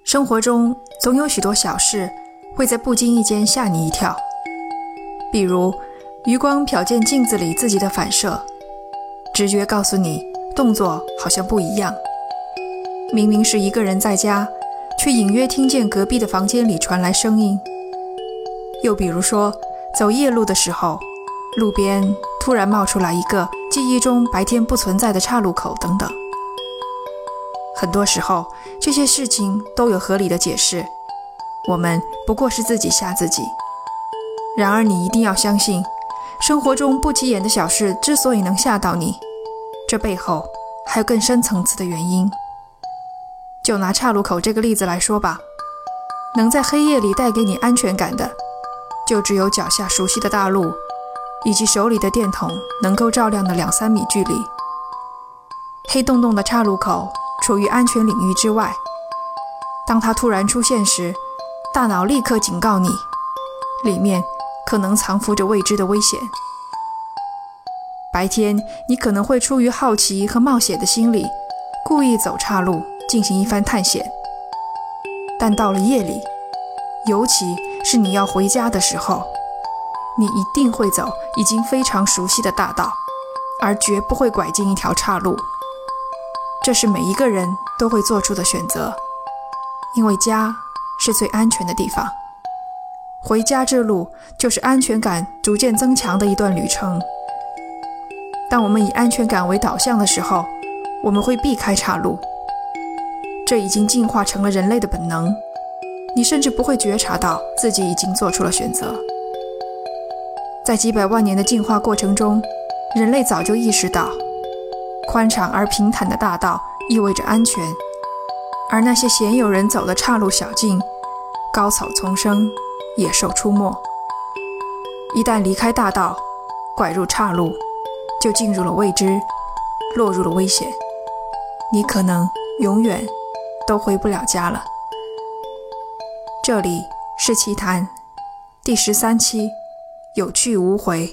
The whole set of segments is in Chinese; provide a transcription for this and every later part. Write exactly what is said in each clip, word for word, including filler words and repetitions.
生活中总有许多小事会在不经意间吓你一跳，比如余光瞟见镜子里自己的反射，直觉告诉你动作好像不一样。明明是一个人在家，却隐约听见隔壁的房间里传来声音。又比如说走夜路的时候，路边突然冒出来一个记忆中白天不存在的岔路口等等。很多时候这些事情都有合理的解释，我们不过是自己吓自己。然而你一定要相信，生活中不起眼的小事之所以能吓到你，这背后还有更深层次的原因。就拿岔路口这个例子来说吧，能在黑夜里带给你安全感的，就只有脚下熟悉的大路，以及手里的电筒能够照亮的两三米距离。黑洞洞的岔路口处于安全领域之外，当它突然出现时，大脑立刻警告你，里面可能藏伏着未知的危险。白天你可能会出于好奇和冒险的心理，故意走岔路进行一番探险，但到了夜里，尤其是你要回家的时候，你一定会走已经非常熟悉的大道，而绝不会拐进一条岔路。这是每一个人都会做出的选择，因为家是最安全的地方。回家之路就是安全感逐渐增强的一段旅程。当我们以安全感为导向的时候，我们会避开岔路，这已经进化成了人类的本能，你甚至不会觉察到自己已经做出了选择。在几百万年的进化过程中，人类早就意识到，宽敞而平坦的大道意味着安全，而那些鲜有人走的岔路小径，高草丛生，野兽出没。一旦离开大道，拐入岔路，就进入了未知，落入了危险，你可能永远都回不了家了。这里是奇谈第十三期，有去无回。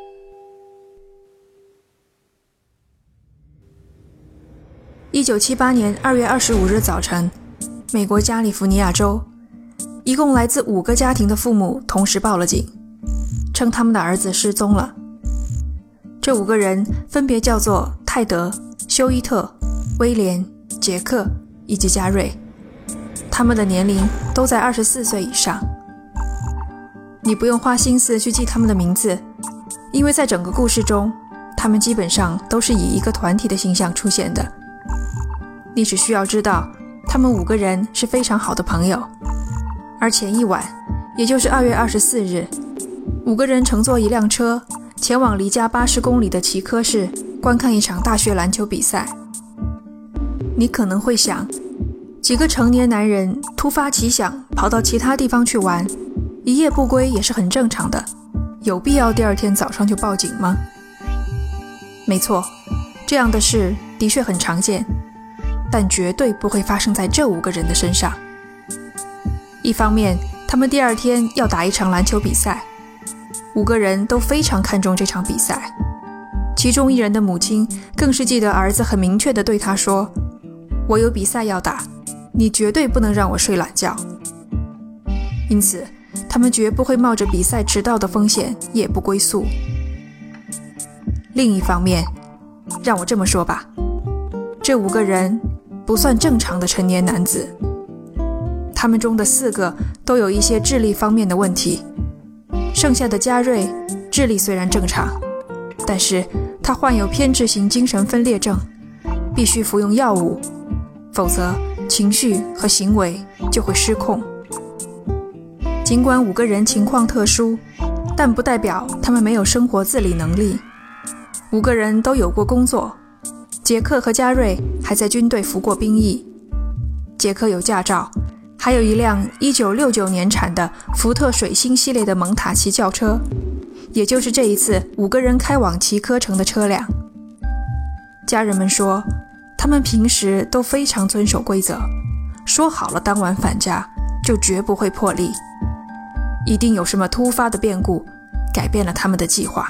一九七八年二月二十五日早晨，美国加利福尼亚州，一共来自五个家庭的父母同时报了警，称他们的儿子失踪了。这五个人分别叫做泰德、休伊特、威廉、杰克以及加瑞，他们的年龄都在二十四岁以上。你不用花心思去记他们的名字，因为在整个故事中，他们基本上都是以一个团体的形象出现的。你只需要知道，他们五个人是非常好的朋友。而前一晚，也就是二月二十四日，五个人乘坐一辆车，前往离家八十公里的奇科市，观看一场大学篮球比赛。你可能会想，几个成年男人突发奇想跑到其他地方去玩，一夜不归也是很正常的，有必要第二天早上就报警吗？没错，这样的事的确很常见，但绝对不会发生在这五个人的身上。一方面，他们第二天要打一场篮球比赛，五个人都非常看重这场比赛，其中一人的母亲更是记得儿子很明确地对他说，我有比赛要打，你绝对不能让我睡懒觉。因此他们绝不会冒着比赛迟到的风险夜不归宿。另一方面，让我这么说吧，这五个人不算正常的成年男子，他们中的四个都有一些智力方面的问题。剩下的加瑞智力虽然正常，但是他患有偏执型精神分裂症，必须服用药物，否则情绪和行为就会失控。尽管五个人情况特殊，但不代表他们没有生活自理能力。五个人都有过工作，杰克和加瑞还在军队服过兵役。杰克有驾照，还有一辆一九六九年产的福特水星系列的蒙塔奇轿车，也就是这一次五个人开往奇科城的车辆。家人们说，他们平时都非常遵守规则，说好了当晚返家就绝不会破例，一定有什么突发的变故改变了他们的计划。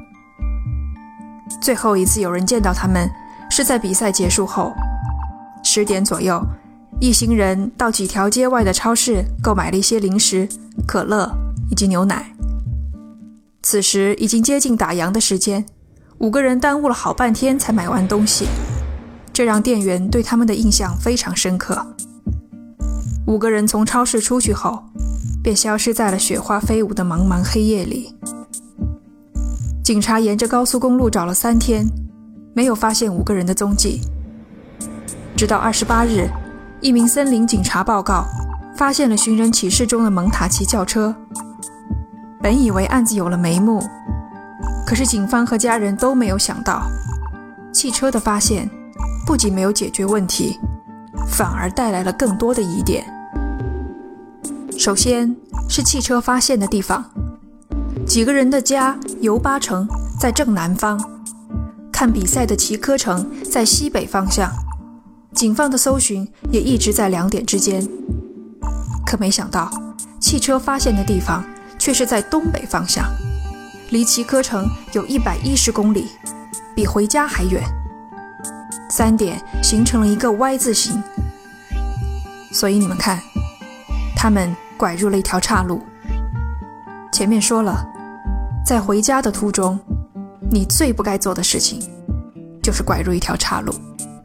最后一次有人见到他们是在比赛结束后，十点左右， 一行人到几条街外的超市购买了一些零食、可乐以及牛奶。此时已经接近打烊的时间，五个人耽误了好半天才买完东西，这让店员对他们的印象非常深刻。五个人从超市出去后，便消失在了雪花飞舞的茫茫黑夜里。警察沿着高速公路找了三天，没有发现五个人的踪迹。直到二十八日，一名森林警察报告，发现了寻人启事中的蒙塔奇轿车。本以为案子有了眉目，可是警方和家人都没有想到，汽车的发现不仅没有解决问题，反而带来了更多的疑点。首先是汽车发现的地方，几个人的家游巴城在正南方，看比赛的齐科城在西北方向，警方的搜寻也一直在两点之间。可没想到，汽车发现的地方却是在东北方向，离齐科城有一百一十公里，比回家还远。三点形成了一个 Y 字形，所以你们看，他们拐入了一条岔路。前面说了，在回家的途中，你最不该做的事情就是拐入一条岔路。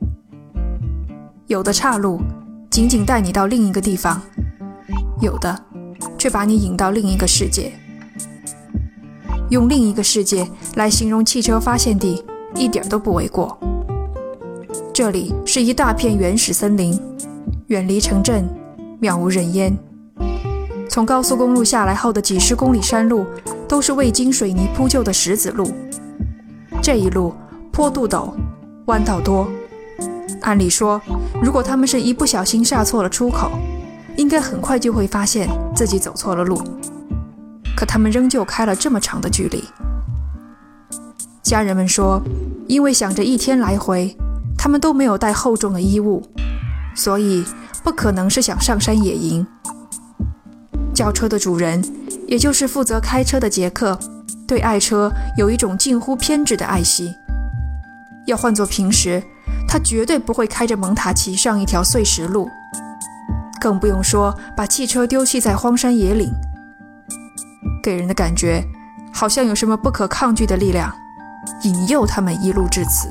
有的岔路仅仅带你到另一个地方，有的却把你引到另一个世界。用另一个世界来形容汽车发现地一点都不为过。这里是一大片原始森林，远离城镇，渺无人烟。从高速公路下来后的几十公里山路都是未经水泥铺就的石子路，这一路坡度陡，弯道多。按理说，如果他们是一不小心下错了出口，应该很快就会发现自己走错了路，可他们仍旧开了这么长的距离。家人们说，因为想着一天来回，他们都没有带厚重的衣物，所以不可能是想上山野营。轿车的主人，也就是负责开车的杰克，对爱车有一种近乎偏执的爱惜。要换作平时，他绝对不会开着蒙塔奇上一条碎石路，更不用说把汽车丢弃在荒山野岭。给人的感觉好像有什么不可抗拒的力量引诱他们一路至此。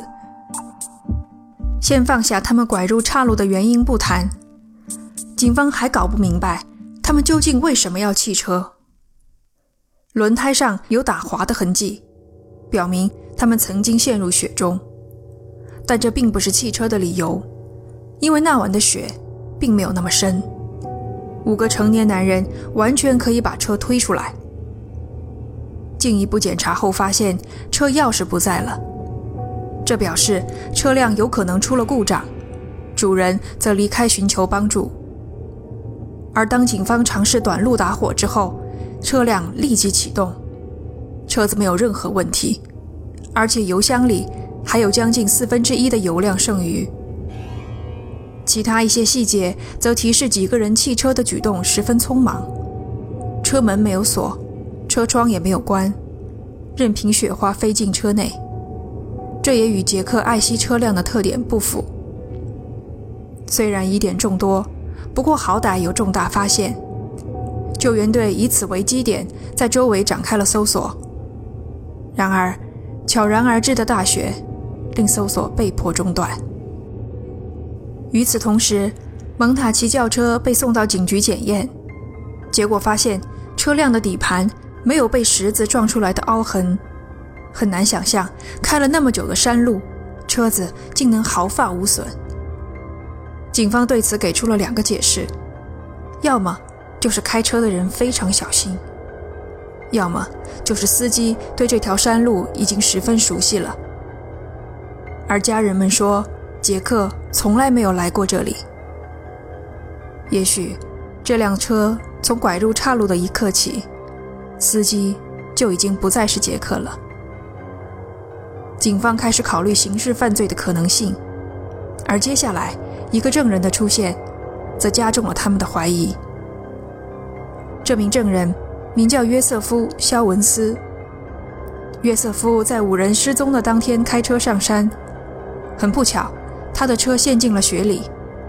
先放下他们拐入岔路的原因不谈，警方还搞不明白他们究竟为什么要弃车。轮胎上有打滑的痕迹，表明他们曾经陷入雪中，但这并不是汽车的理由，因为那晚的雪并没有那么深，五个成年男人完全可以把车推出来。进一步检查后发现车钥匙不在了，这表示车辆有可能出了故障，主人则离开寻求帮助。而当警方尝试短路打火之后，车辆立即启动，车子没有任何问题，而且油箱里还有将近四分之一的油量剩余。其他一些细节则提示几个人弃车的举动十分匆忙，车门没有锁，车窗也没有关，任凭雪花飞进车内，这也与杰克爱惜车辆的特点不符。虽然疑点众多，不过好歹有重大发现，救援队以此为基点，在周围展开了搜索。然而悄然而至的大雪令搜索被迫中断。与此同时，蒙塔奇轿车被送到警局检验，结果发现车辆的底盘没有被石子撞出来的凹痕，很难想象开了那么久的山路，车子竟能毫发无损。警方对此给出了两个解释，要么就是开车的人非常小心，要么就是司机对这条山路已经十分熟悉了。而家人们说，杰克从来没有来过这里。也许这辆车从拐入岔路的一刻起，司机就已经不再是杰克了。警方开始考虑刑事犯罪的可能性，而接下来一个证人的出现则加重了他们的怀疑。这名证人名叫约瑟夫·肖文斯。约瑟夫在五人失踪的当天开车上山，很不巧，他的车陷进了雪里，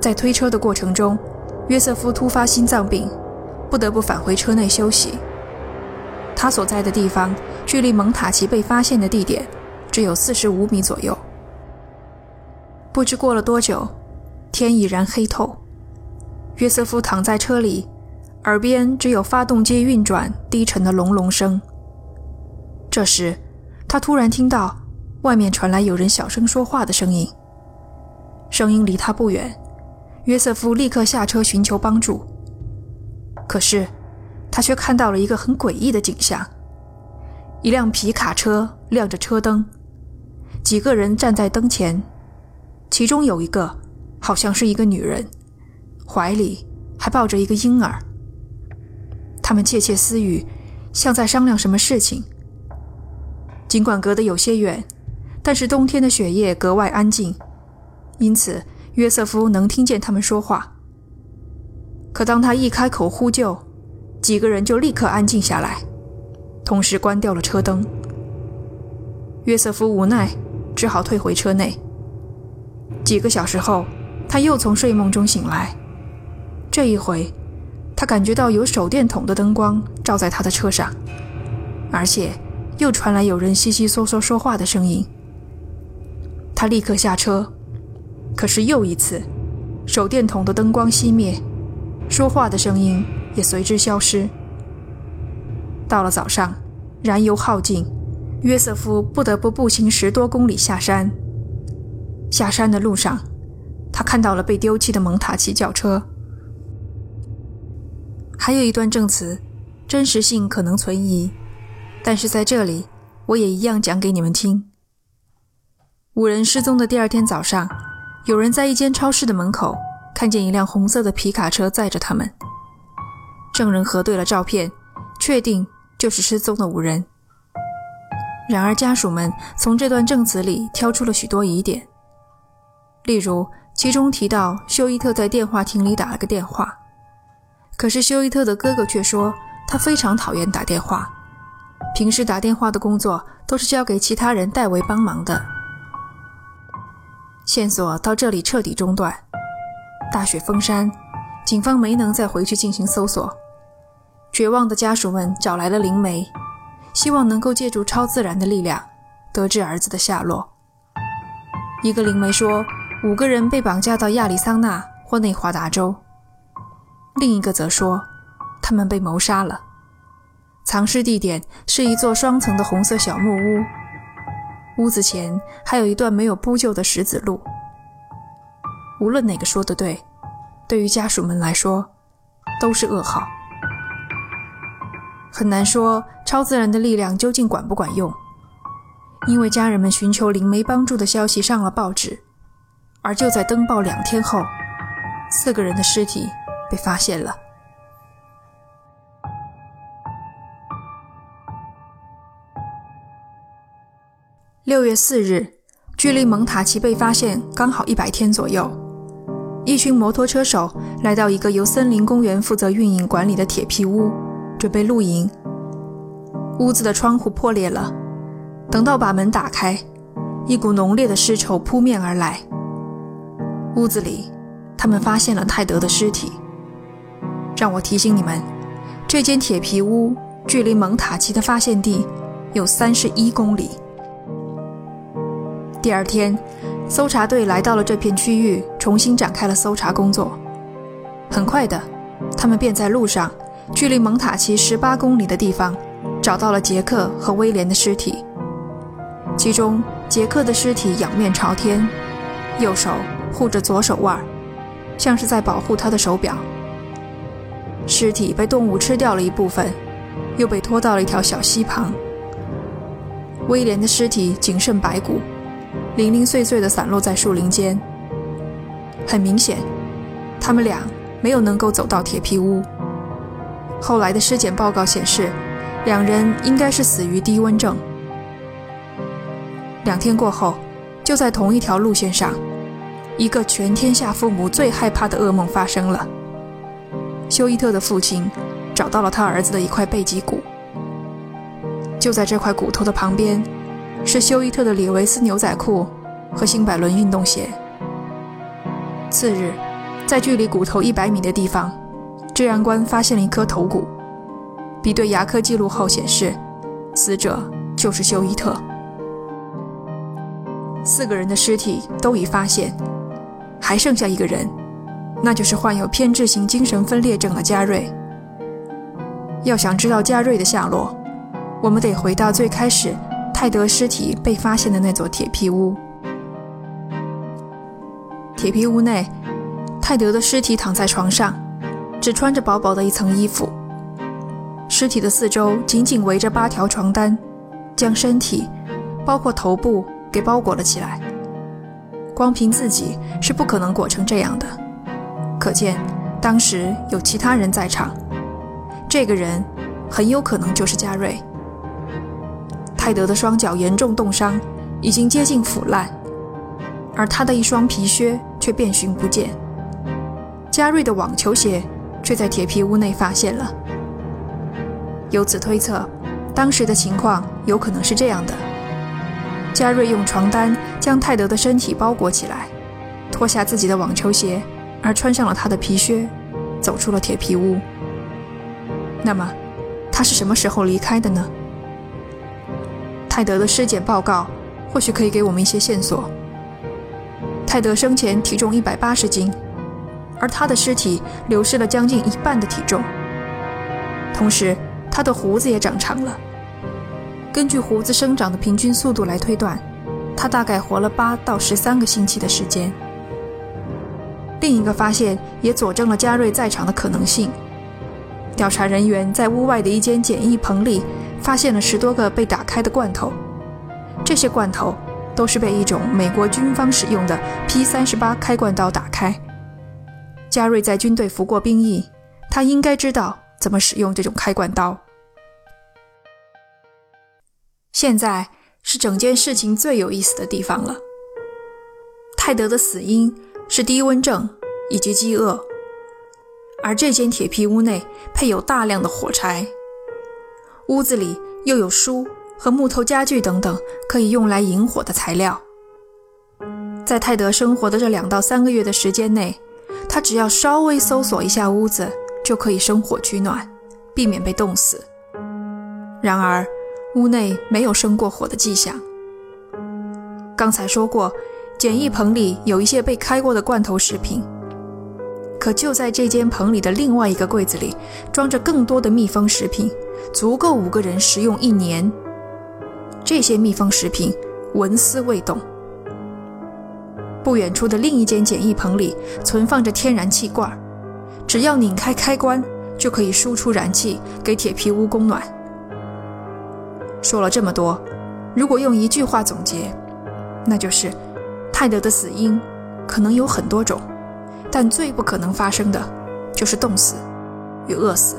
在推车的过程中，约瑟夫突发心脏病，不得不返回车内休息。他所在的地方距离蒙塔奇被发现的地点只有四十五米左右。不知过了多久，天已然黑透。约瑟夫躺在车里，耳边只有发动机运转低沉的隆隆声。这时，他突然听到外面传来有人小声说话的声音。声音离他不远，约瑟夫立刻下车寻求帮助。可是，他却看到了一个很诡异的景象。一辆皮卡车亮着车灯，几个人站在灯前，其中有一个好像是一个女人，怀里还抱着一个婴儿。他们窃窃私语，像在商量什么事情。尽管隔得有些远，但是冬天的雪夜格外安静，因此约瑟夫能听见他们说话。可当他一开口呼救，几个人就立刻安静下来，同时关掉了车灯。约瑟夫无奈，只好退回车内。几个小时后，他又从睡梦中醒来。这一回，他感觉到有手电筒的灯光照在他的车上，而且又传来有人窸窸窣窣说话的声音。他立刻下车，可是又一次，手电筒的灯光熄灭，说话的声音也随之消失。到了早上，燃油耗尽，约瑟夫不得不步行十多公里下山。下山的路上，他看到了被丢弃的蒙塔奇轿车。还有一段证词，真实性可能存疑，但是在这里我也一样讲给你们听。五人失踪的第二天早上，有人在一间超市的门口看见一辆红色的皮卡车载着他们。证人核对了照片，确定就是失踪的五人。然而家属们从这段证词里挑出了许多疑点，例如其中提到休伊特在电话亭里打了个电话，可是休伊特的哥哥却说他非常讨厌打电话，平时打电话的工作都是交给其他人代为帮忙的。线索到这里彻底中断，大雪封山，警方没能再回去进行搜索。绝望的家属们找来了灵媒，希望能够借助超自然的力量得知儿子的下落。一个灵媒说，五个人被绑架到亚利桑那或内华达州，另一个则说他们被谋杀了。藏尸地点是一座双层的红色小木屋，屋子前还有一段没有铺就的石子路。无论哪个说得对，对于家属们来说都是噩耗。很难说超自然的力量究竟管不管用，因为家人们寻求灵媒帮助的消息上了报纸，而就在登报两天后，四个人的尸体被发现了。六月四日，距离蒙塔奇被发现刚好一百天左右。一群摩托车手来到一个由森林公园负责运营管理的铁皮屋，准备露营。屋子的窗户破裂了，等到把门打开，一股浓烈的尸臭扑面而来。屋子里，他们发现了泰德的尸体。让我提醒你们，这间铁皮屋距离蒙塔奇的发现地有三十一公里。第二天，搜查队来到了这片区域，重新展开了搜查工作。很快的，他们便在路上，距离蒙塔奇十八公里的地方，找到了杰克和威廉的尸体。其中，杰克的尸体仰面朝天，右手护着左手腕，像是在保护他的手表。尸体被动物吃掉了一部分，又被拖到了一条小溪旁。威廉的尸体仅剩白骨，零零碎碎地散落在树林间。很明显，他们俩没有能够走到铁皮屋。后来的尸检报告显示，两人应该是死于低温症。两天过后，就在同一条路线上，一个全天下父母最害怕的噩梦发生了。休伊特的父亲找到了他儿子的一块背脊骨，就在这块骨头的旁边，是休伊特的李维斯牛仔裤和新百伦运动鞋。次日， 在距离骨头一百米的地方，治安官发现了一颗头骨，比对牙科记录后显示，死者就是休伊特。四个人的尸体都已发现，还剩下一个人，那就是患有偏执型精神分裂症的加瑞。要想知道加瑞的下落，我们得回到最开始泰德尸体被发现的那座铁皮屋。铁皮屋内，泰德的尸体躺在床上，只穿着薄薄的一层衣服。尸体的四周紧紧围着八条床单，将身体包括头部给包裹了起来。光凭自己是不可能裹成这样的，可见当时有其他人在场，这个人很有可能就是加瑞。泰德的双脚严重冻伤，已经接近腐烂，而他的一双皮靴却遍寻不见。加瑞的网球鞋却在铁皮屋内发现了。由此推测，当时的情况有可能是这样的：加瑞用床单将泰德的身体包裹起来，脱下自己的网球鞋，而穿上了他的皮靴，走出了铁皮屋。那么，他是什么时候离开的呢？泰德的尸检报告或许可以给我们一些线索。泰德生前体重一百八十斤，而他的尸体流失了将近一半的体重，同时他的胡子也长长了。根据胡子生长的平均速度来推断，他大概活了八到十三个星期的时间。另一个发现也佐证了加瑞在场的可能性。调查人员在屋外的一间简易棚里发现了十多个被打开的罐头，这些罐头都是被一种美国军方使用的 P 三十八 开罐刀打开。加瑞在军队服过兵役，他应该知道怎么使用这种开罐刀。现在是整件事情最有意思的地方了。泰德的死因是低温症以及饥饿，而这间铁皮屋内配有大量的火柴，屋子里又有书和木头家具等等可以用来引火的材料。在泰德生活的这两到三个月的时间内，他只要稍微搜索一下屋子，就可以生火取暖，避免被冻死。然而屋内没有生过火的迹象。刚才说过，简易棚里有一些被开过的罐头食品，可就在这间棚里的另外一个柜子里，装着更多的密封食品，足够五个人食用一年。这些密封食品纹丝未动。不远处的另一间简易棚里存放着天然气罐，只要拧开开关，就可以输出燃气给铁皮屋供暖。说了这么多，如果用一句话总结，那就是泰德的死因可能有很多种，但最不可能发生的就是冻死与饿死。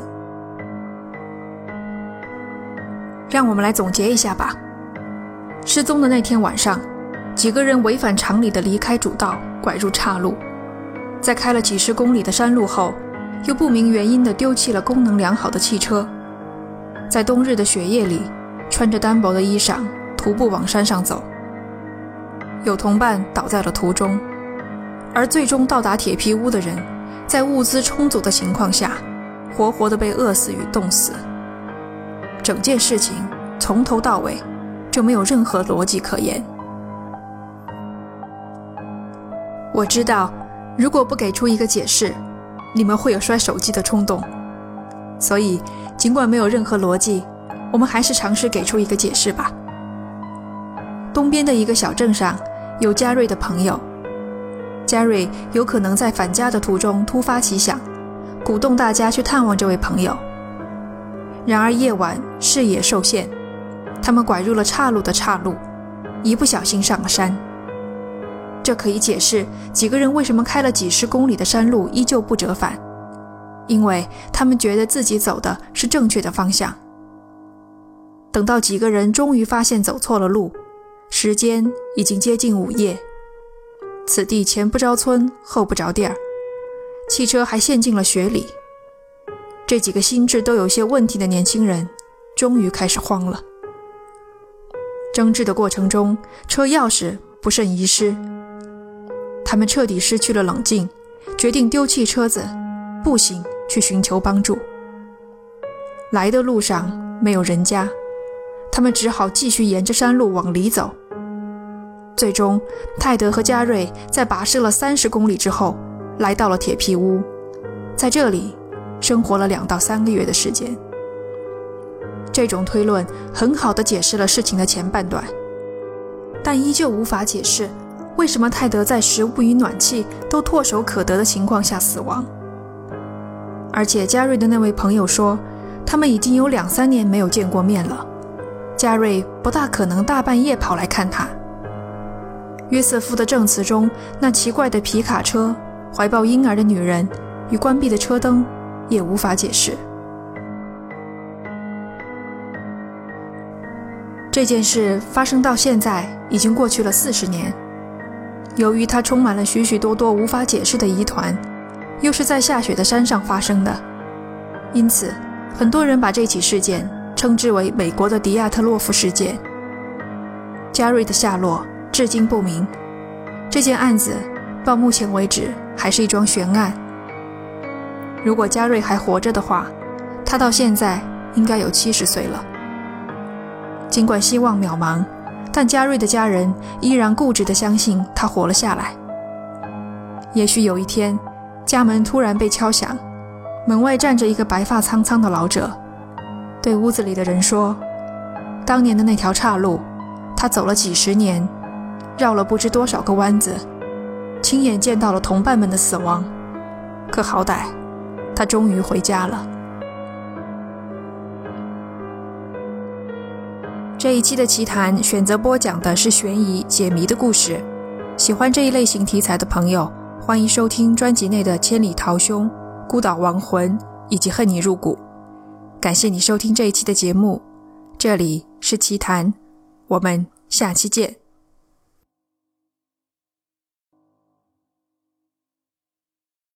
让我们来总结一下吧。失踪的那天晚上，几个人违反常理地离开主道，拐入岔路，在开了几十公里的山路后，又不明原因地丢弃了功能良好的汽车，在冬日的雪夜里穿着单薄的衣裳徒步往山上走。有同伴倒在了途中，而最终到达铁皮屋的人，在物资充足的情况下，活活地被饿死与冻死。整件事情从头到尾就没有任何逻辑可言。我知道，如果不给出一个解释，你们会有摔手机的冲动，所以尽管没有任何逻辑，我们还是尝试给出一个解释吧。东边的一个小镇上有加瑞的朋友，加瑞有可能在返家的途中突发奇想，鼓动大家去探望这位朋友。然而夜晚视野受限，他们拐入了岔路的岔路，一不小心上了山。这可以解释几个人为什么开了几十公里的山路依旧不折返，因为他们觉得自己走的是正确的方向。等到几个人终于发现走错了路，时间已经接近午夜。此地前不着村后不着店儿，汽车还陷进了雪里。这几个心智都有些问题的年轻人终于开始慌了。争执的过程中，车钥匙不慎遗失，他们彻底失去了冷静， 决定丢弃车子，步行去寻求帮助。来的路上没有人家，他们只好继续沿着山路往里走。最终，泰德和加瑞在跋涉了三十公里之后，来到了铁皮屋，在这里生活了两到三个月的时间。这种推论很好地解释了事情的前半段，但依旧无法解释为什么泰德在食物与暖气都唾手可得的情况下死亡。而且加瑞的那位朋友说，他们已经有两三年没有见过面了，加瑞不大可能大半夜跑来看他。约瑟夫的证词中，那奇怪的皮卡车、怀抱婴儿的女人与关闭的车灯也无法解释。这件事发生到现在已经过去了四十年，由于它充满了许许多多无法解释的疑团，又是在下雪的山上发生的，因此很多人把这起事件称之为美国的迪亚特洛夫事件。加瑞的下落至今不明，这件案子到目前为止还是一桩悬案。如果加瑞还活着的话，他到现在应该有七十岁了。尽管希望渺茫，但加瑞的家人依然固执地相信他活了下来。也许有一天，家门突然被敲响，门外站着一个白发苍苍的老者，对屋子里的人说，当年的那条岔路，他走了几十年，绕了不知多少个弯子，亲眼见到了同伴们的死亡，可好歹他终于回家了。这一期的奇谈选择播讲的是悬疑解谜的故事，喜欢这一类型题材的朋友，欢迎收听专辑内的千里逃凶、孤岛亡魂以及恨你入骨。感谢你收听这一期的节目，这里是奇谈，我们下期见。